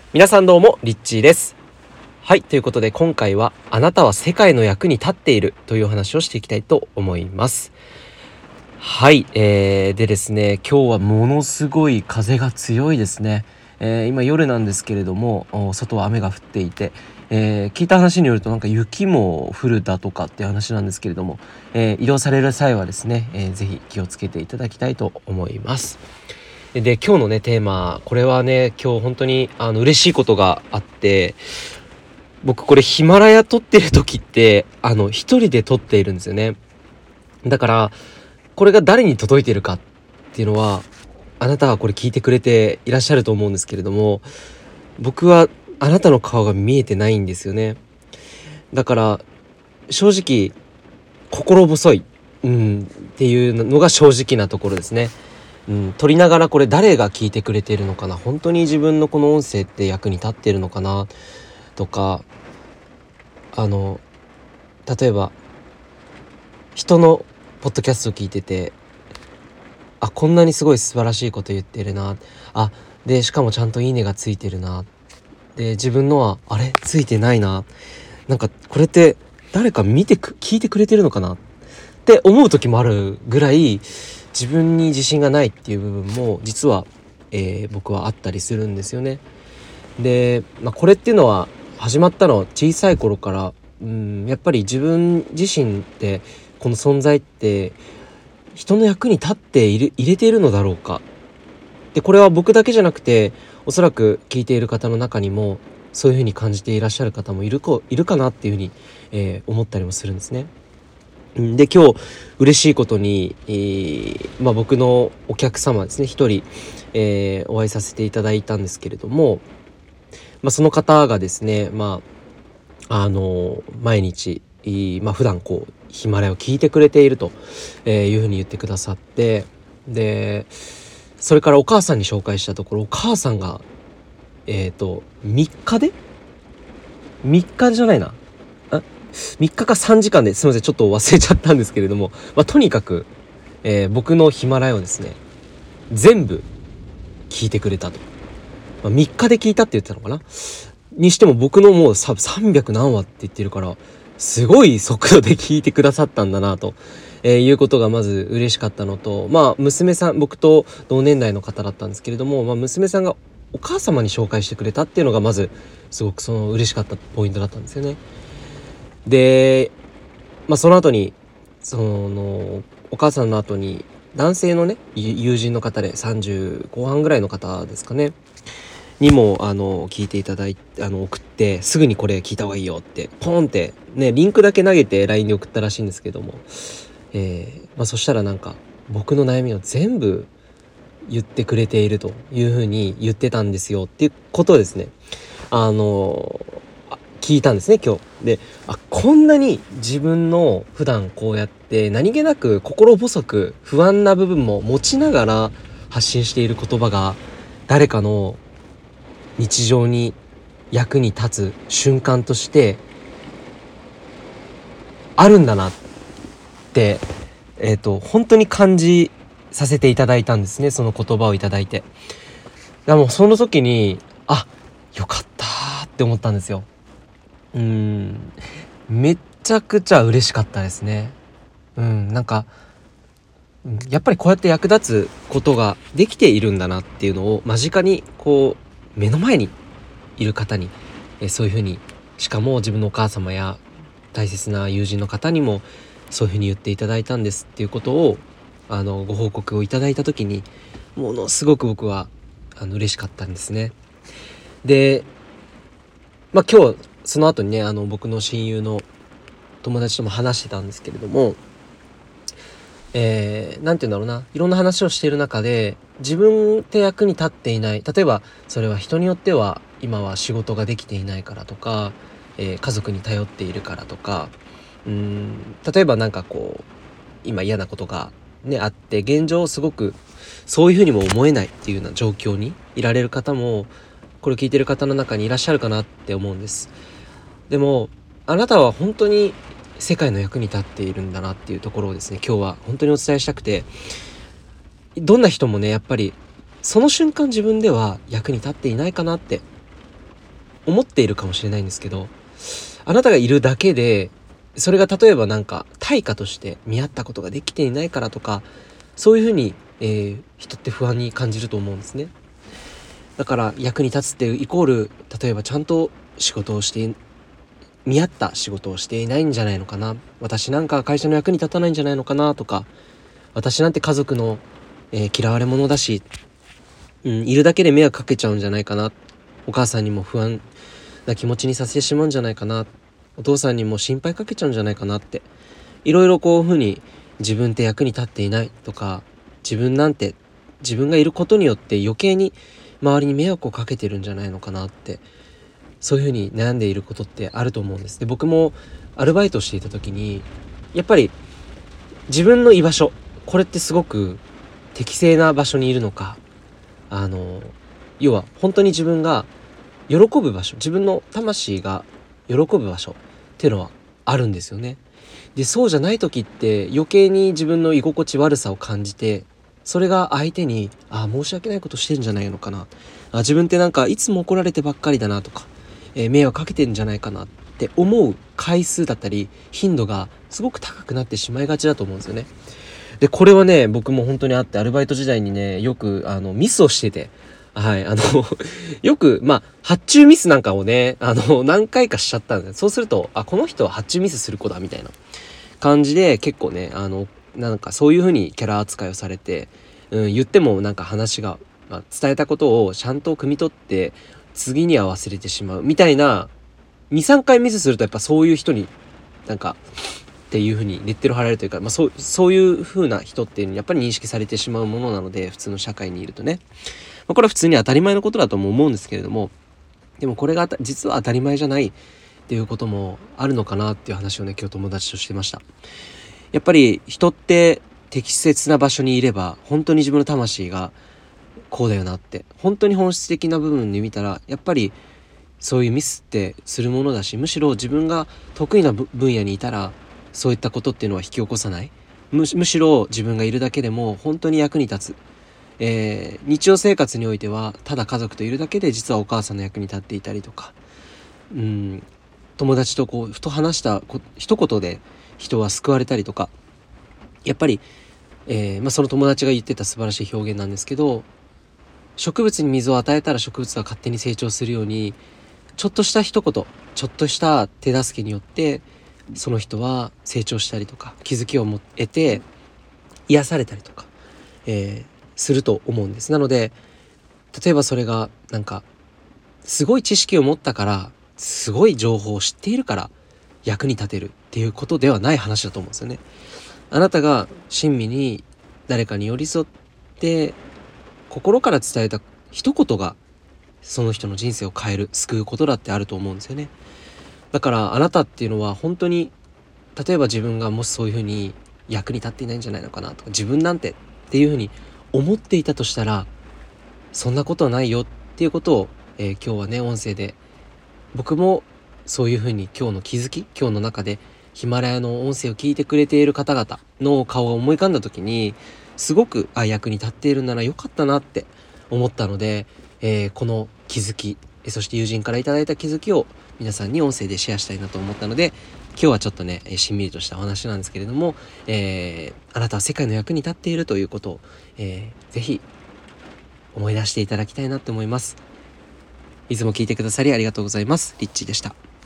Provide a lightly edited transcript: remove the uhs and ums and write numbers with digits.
皆さんどうもリッチーです。はい、ということで今回はあなたは世界の役に立っているという話をしていきたいと思います。はい、でですね、今日はものすごい風が強いですね。今夜なんですけれども、外は雨が降っていて、聞いた話によるとなんか雪も降るだとかっていう話なんですけれども、移動される際はですね、ぜひ気をつけていただきたいと思います。で今日のねテーマ、これはね今日本当に嬉しいことがあって、僕これヒマラヤ撮ってる時って一人で撮っているんですよね。だからこれが誰に届いているかっていうのは、あなたはこれ聞いてくれていらっしゃると思うんですけれども、僕はあなたの顔が見えてないんですよね。だから正直心細い、っていうのが正直なところですね。撮りながらこれ誰が聞いてくれているのかな、本当に自分のこの音声って役に立っているのかなとか、例えば人のポッドキャストを聞いてて、こんなにすごい素晴らしいこと言ってるな、でしかもちゃんといいねがついてるな、で自分のはあれついてないな、なんかこれって誰か聞いてくれてるのかなって思う時もあるぐらい、自分に自信がないっていう部分も実は、僕はあったりするんですよね。で、これっていうのは始まったのは小さい頃から、やっぱり自分自身ってこの存在って人の役に立って入れているのだろうか。でこれは僕だけじゃなくて、おそらく聞いている方の中にもそういうふうに感じていらっしゃる方もいるかなっていうふうに、思ったりもするんですね。で今日嬉しいことに、僕のお客様ですね、一人、お会いさせていただいたんですけれども、その方がですね、毎日、普段こうヒマラヤを聞いてくれていると、いうふうに言ってくださって、でそれからお母さんに紹介したところ、お母さんが3日で3日じゃないな3日か3時間で、すみませんちょっと忘れちゃったんですけれども、とにかく、僕のヒマラヤをですね全部聞いてくれたと、3日で聞いたって言ってたのかな、にしても僕のもう300何話って言ってるから、すごい速度で聞いてくださったんだなと、いうことがまず嬉しかったのと、娘さん、僕と同年代の方だったんですけれども、娘さんがお母様に紹介してくれたっていうのがまずすごくその嬉しかったポイントだったんですよね。で、その後にそのお母さんの後に男性のね友人の方で30後半ぐらいの方ですかねにも聞いていただいて、送ってすぐにこれ聞いた方がいいよってポンってねリンクだけ投げて LINE で送ったらしいんですけども、そしたらなんか僕の悩みを全部言ってくれているというふうに言ってたんですよっていうことをですね、聞いたんですね今日で。こんなに自分の普段こうやって何気なく心細く不安な部分も持ちながら発信している言葉が誰かの日常に役に立つ瞬間としてあるんだなって、本当に感じさせていただいたんですね、その言葉をいただいて。でもその時によかったって思ったんですよ。めっちゃくちゃ嬉しかったですね。なんかやっぱりこうやって役立つことができているんだなっていうのを間近にこう目の前にいる方に、そういうふうに、しかも自分のお母様や大切な友人の方にもそういうふうに言っていただいたんですっていうことをご報告をいただいた時に、ものすごく僕は嬉しかったんですね。で、今日その後にね僕の親友の友達とも話してたんですけれども、なんて言うんだろうな、いろんな話をしている中で自分って役に立っていない、例えばそれは人によっては今は仕事ができていないからとか、家族に頼っているからとか、例えばなんかこう今嫌なことがねあって現状すごくそういうふうにも思えないっていうような状況にいられる方もこれ聞いてる方の中にいらっしゃるかなって思うんです。でもあなたは本当に世界の役に立っているんだなっていうところをですね、今日は本当にお伝えしたくて、どんな人もねやっぱりその瞬間自分では役に立っていないかなって思っているかもしれないんですけど、あなたがいるだけで、それが例えばなんか対価として見合ったことができていないからとか、そういうふうに、人って不安に感じると思うんですね。だから役に立つってイコール、例えばちゃんと仕事をして見合った仕事をしていないんじゃないのかな、私なんか会社の役に立たないんじゃないのかなとか、私なんて家族の、嫌われ者だし、いるだけで迷惑かけちゃうんじゃないかな、お母さんにも不安な気持ちにさせてしまうんじゃないかな、お父さんにも心配かけちゃうんじゃないかなって、いろいろこういうふうに自分って役に立っていないとか、自分がいることによって余計に周りに迷惑をかけてるんじゃないのかなって、そういうふうに悩んでいることってあると思うんです。で、僕もアルバイトしていた時に、やっぱり自分の居場所、これってすごく適正な場所にいるのか、あの要は本当に自分が喜ぶ場所、自分の魂が喜ぶ場所っていうのはあるんですよね。で、そうじゃない時って余計に自分の居心地悪さを感じて、それが相手に申し訳ないことしてんじゃないのかな、自分ってなんかいつも怒られてばっかりだなとか、迷惑かけてんじゃないかなって思う回数だったり頻度がすごく高くなってしまいがちだと思うんですよね。で、これはね、僕も本当にあって、アルバイト時代にね、よくミスをしてて、はい、よく発注ミスなんかをね、何回かしちゃったんで、そうするとこの人は発注ミスする子だみたいな感じで、結構ね、なんかそういう風にキャラ扱いをされて、言ってもなんか話が、伝えたことをちゃんと汲み取って次には忘れてしまうみたいな、2、3回ミスするとやっぱそういう人になんかっていう風にレッテル貼られるというか、そういう風な人っていうのにやっぱり認識されてしまうものなので、普通の社会にいるとね、これは普通に当たり前のことだとも思うんですけれども、でもこれが実は当たり前じゃないっていうこともあるのかなっていう話をね、今日友達としてました。やっぱり人って適切な場所にいれば本当に自分の魂がこうだよなって、本当に本質的な部分で見たらやっぱりそういうミスってするものだし、むしろ自分が得意な分野にいたらそういったことっていうのは引き起こさない、むしろ自分がいるだけでも本当に役に立つ、日常生活においてはただ家族といるだけで実はお母さんの役に立っていたりとか、友達とこうふと話した一言で人は救われたりとか、やっぱり、その友達が言ってた素晴らしい表現なんですけど、植物に水を与えたら植物は勝手に成長するように、ちょっとした一言、ちょっとした手助けによってその人は成長したりとか気づきを得て癒されたりとか、すると思うんです。なので例えばそれがなんかすごい知識を持ったから、すごい情報を知っているから役に立てるっていうことではない話だと思うんですよね。あなたが親身に誰かに寄り添って心から伝えた一言がその人の人生を変える、救うことだってあると思うんですよね。だからあなたっていうのは本当に、例えば自分がもしそういうふうに役に立っていないんじゃないのかなとか、自分なんてっていうふうに思っていたとしたら、そんなことはないよっていうことを、今日はね音声で、僕もそういうふうに今日の気づき、今日の中でヒマラヤの音声を聞いてくれている方々の顔が思い浮かんだ時に、すごく役に立っているならよかったなって思ったので、この気づき、そして友人からいただいた気づきを皆さんに音声でシェアしたいなと思ったので、今日はちょっとねしんみりとしたお話なんですけれども、あなたは世界の役に立っているということを、ぜひ思い出していただきたいなと思います。いつも聞いてくださりありがとうございます。リッチーでした。